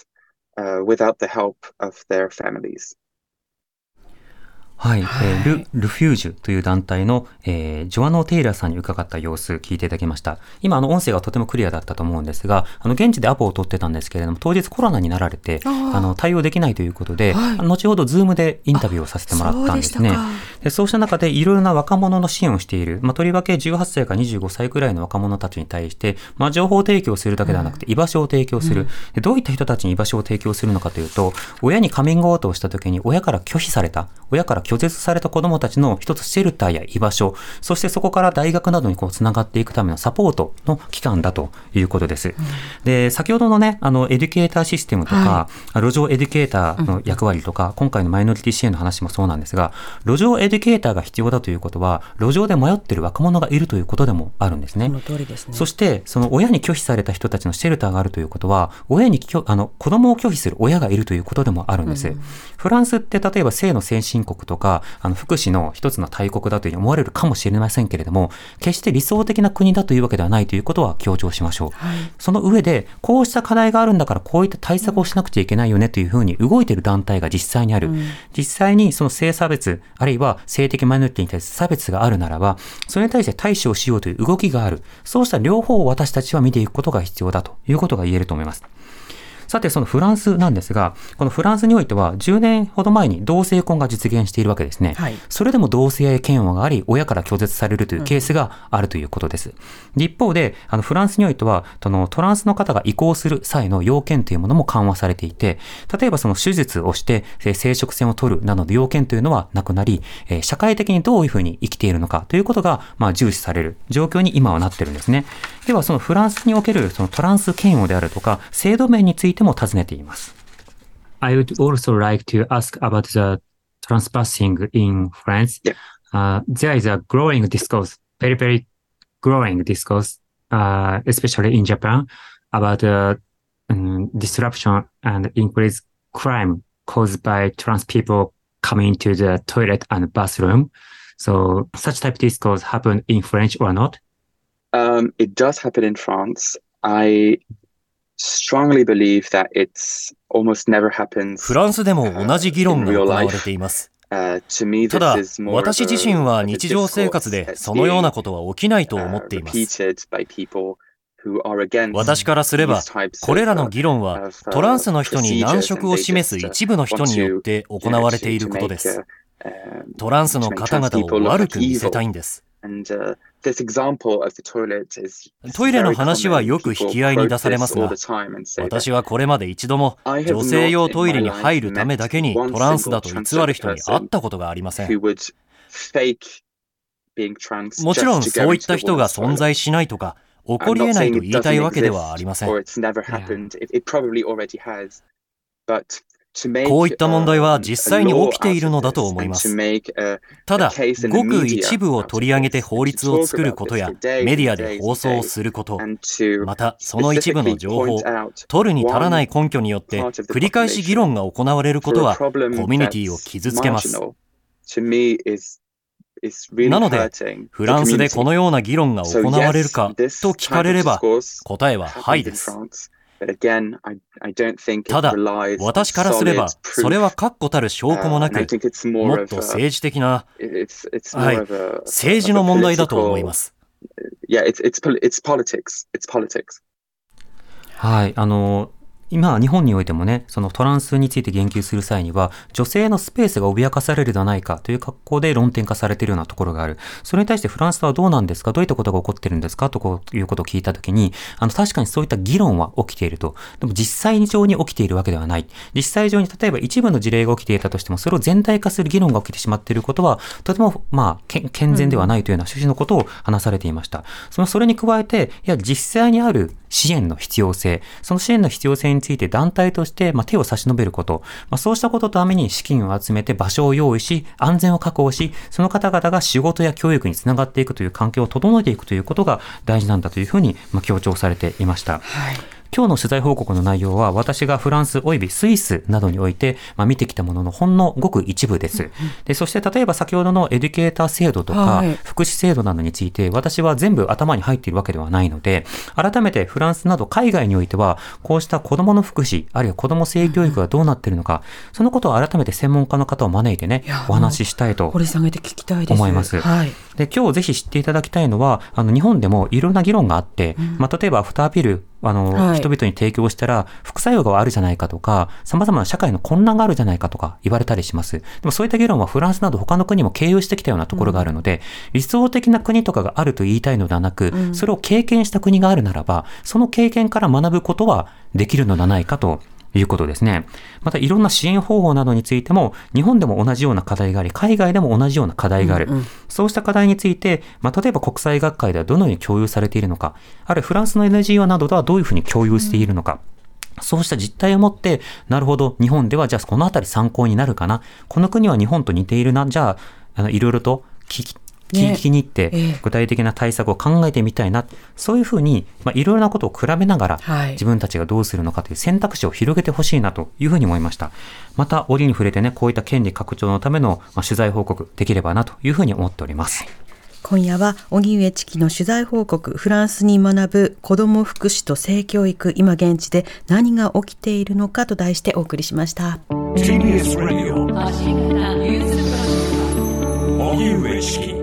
はい、はい、えー、ル・ルフュージュという団体の、えー、ジョアノ・テイラーさんに伺った様子聞いていただきました。今あの音声がとてもクリアだったと思うんですが、あの現地でアポを取ってたんですけれども、当日コロナになられてああの対応できないということで、はい、後ほどズームでインタビューをさせてもらったんですね。そうでしたか。でそうした中でいろいろな若者の支援をしている、まあ、とりわけじゅうはっさいからにじゅうごさいくらいの若者たちに対して、まあ、情報提供するだけではなくて居場所を提供する、うん、でどういった人たちに居場所を提供するのかというと、親にカミングアウトをした時に親から拒否された、親から拒絶された子どもたちの一つシェルターや居場所、そしてそこから大学などにこうつながっていくためのサポートの機関だということです。うん、で先ほどのね、あのエデュケーターシステムとか、はい、路上エデュケーターの役割とか、うん、今回のマイノリティ支援の話もそうなんですが、路上エデュケーターが必要だということは、路上で迷っている若者がいるということでもあるんですね。 その通りですね。 そしてその親に拒否された人たちのシェルターがあるということは、親にあの子供を拒否する親がいるということでもあるんです。うん、フランスって例えば性の先進国とかあの福祉の一つの大国だというふうに思われるかもしれませんけれども、決して理想的な国だというわけではないということは強調しましょう。はい、その上でこうした課題があるんだからこういった対策をしなくちゃいけないよねというふうに動いている団体が実際にある。うん、実際にその性差別あるいは性的マイノリティに対する差別があるならば、それに対して対処をしようという動きがある。そうした両方を私たちは見ていくことが必要だということが言えると思います。さてそのフランスなんですが、このフランスにおいてはじゅうねんほど前に同性婚が実現しているわけですね。はい、それでも同性愛嫌悪があり、親から拒絶されるというケースがあるということです。うん、で一方であのフランスにおいてはそのトランスの方が移行する際の要件というものも緩和されていて、例えばその手術をして生殖腺を取るなどの要件というのはなくなり、社会的にどういうふうに生きているのかということがまあ重視される状況に今はなっているんですね。ではそのフランスにおけるそのトランス嫌悪であるとか制度面についても尋ねています。 I would also like to ask about the transpassing in France. Yeah. Uh, there is a growing discourse, very, very growing discourse, uh, especially in Japan, about uh, um, disruption and increased crime caused by trans people coming to the toilet and bathroom. So such type of discourse happen in French or not? Um, it does happen in France. I strongly believe that it's almost never happens. フランスでも同じ議論が行われています。 Uh, to me, ただ、 this is more 私自身は日常生活でそのようなことは起きないと思っています。私からすれば、これらの議論はトランスの人に難色を示す一部の人によって行われていることです。トランスの方々を悪く見せたいんです。トイレの話はよく引き合いに出されますが、私はこれまで一度も女性用トイレに入るためだけにトランスだと偽る人に会ったことがありません。もちろんそういった人が存在しないとか、起こり得ないと言いたいわけではありません。こういった問題は実際に起きているのだと思います。ただ、ごく一部を取り上げて法律を作ることやメディアで放送すること、またその一部の情報、取るに足らない根拠によって繰り返し議論が行われることはコミュニティを傷つけます。なので、フランスでこのような議論が行われるかと聞かれれば、答えははいです。ただ、私からすれば、それは確固たる証拠もなく、もっと政治的な、はい、政治の問題だと思います。 はい、あの、今、日本においてもね、そのトランスについて言及する際には、女性のスペースが脅かされるではないかという格好で論点化されているようなところがある。それに対してフランスはどうなんですか？どういったことが起こっているんですか？ということを聞いたときに、あの、確かにそういった議論は起きていると。でも実際上に起きているわけではない。実際上に例えば一部の事例が起きていたとしても、それを全体化する議論が起きてしまっていることは、とても、まあ、健全ではないというような趣旨のことを話されていました。その、それに加えて、いや、実際にある支援の必要性、その支援の必要性について団体として、まあ、手を差し伸べること、まあ、そうしたことのために資金を集めて場所を用意し、安全を確保し、その方々が仕事や教育につながっていくという環境を整えていくということが大事なんだというふうに、まあ、強調されていました。はい、今日の取材報告の内容は、私がフランスおよびスイスなどにおいて、まあ、見てきたもののほんのごく一部です。で、そして例えば先ほどのエデュケーター制度とか、はい、福祉制度などについて、私は全部頭に入っているわけではないので、改めてフランスなど海外においては、こうした子どもの福祉、あるいは子ども性教育がどうなっているのか、そのことを改めて専門家の方を招いてね、お話ししたいと掘り下げて聞きたいです。 思います。はい、で、今日ぜひ知っていただきたいのは、あの日本でもいろんな議論があって、うん、まあ、例えばアフターピル、あの、はい、人々に提供したら副作用があるじゃないかとか、様々な社会の混乱があるじゃないかとか言われたりします。でもそういった議論はフランスなど他の国も経由してきたようなところがあるので、うん、理想的な国とかがあると言いたいのではなく、うん、それを経験した国があるならば、その経験から学ぶことはできるのではないかということですね。またいろんな支援方法などについても日本でも同じような課題があり、海外でも同じような課題がある。うんうん、そうした課題について、まあ、例えば国際学会ではどのように共有されているのか、あるいはフランスの エヌジーオー などではどういうふうに共有しているのか、うん、そうした実態をもって、なるほど、日本ではじゃあこのあたり参考になるかな、この国は日本と似ているな、じゃあ、あのいろいろと聞き聞きに行って具体的な対策を考えてみたいな、ねえー、そういうふうにまあいろいろなことを比べながら、はい、自分たちがどうするのかという選択肢を広げてほしいなというふうに思いました。また折に触れてね、こういった権利拡張のためのまあ取材報告できればなというふうに思っております。 今夜は荻上チキの取材報告、フランスに学ぶ子ども福祉と性教育、今現地で何が起きているのかと題してお送りしました。 ティービーエス ラジオ荻上チキ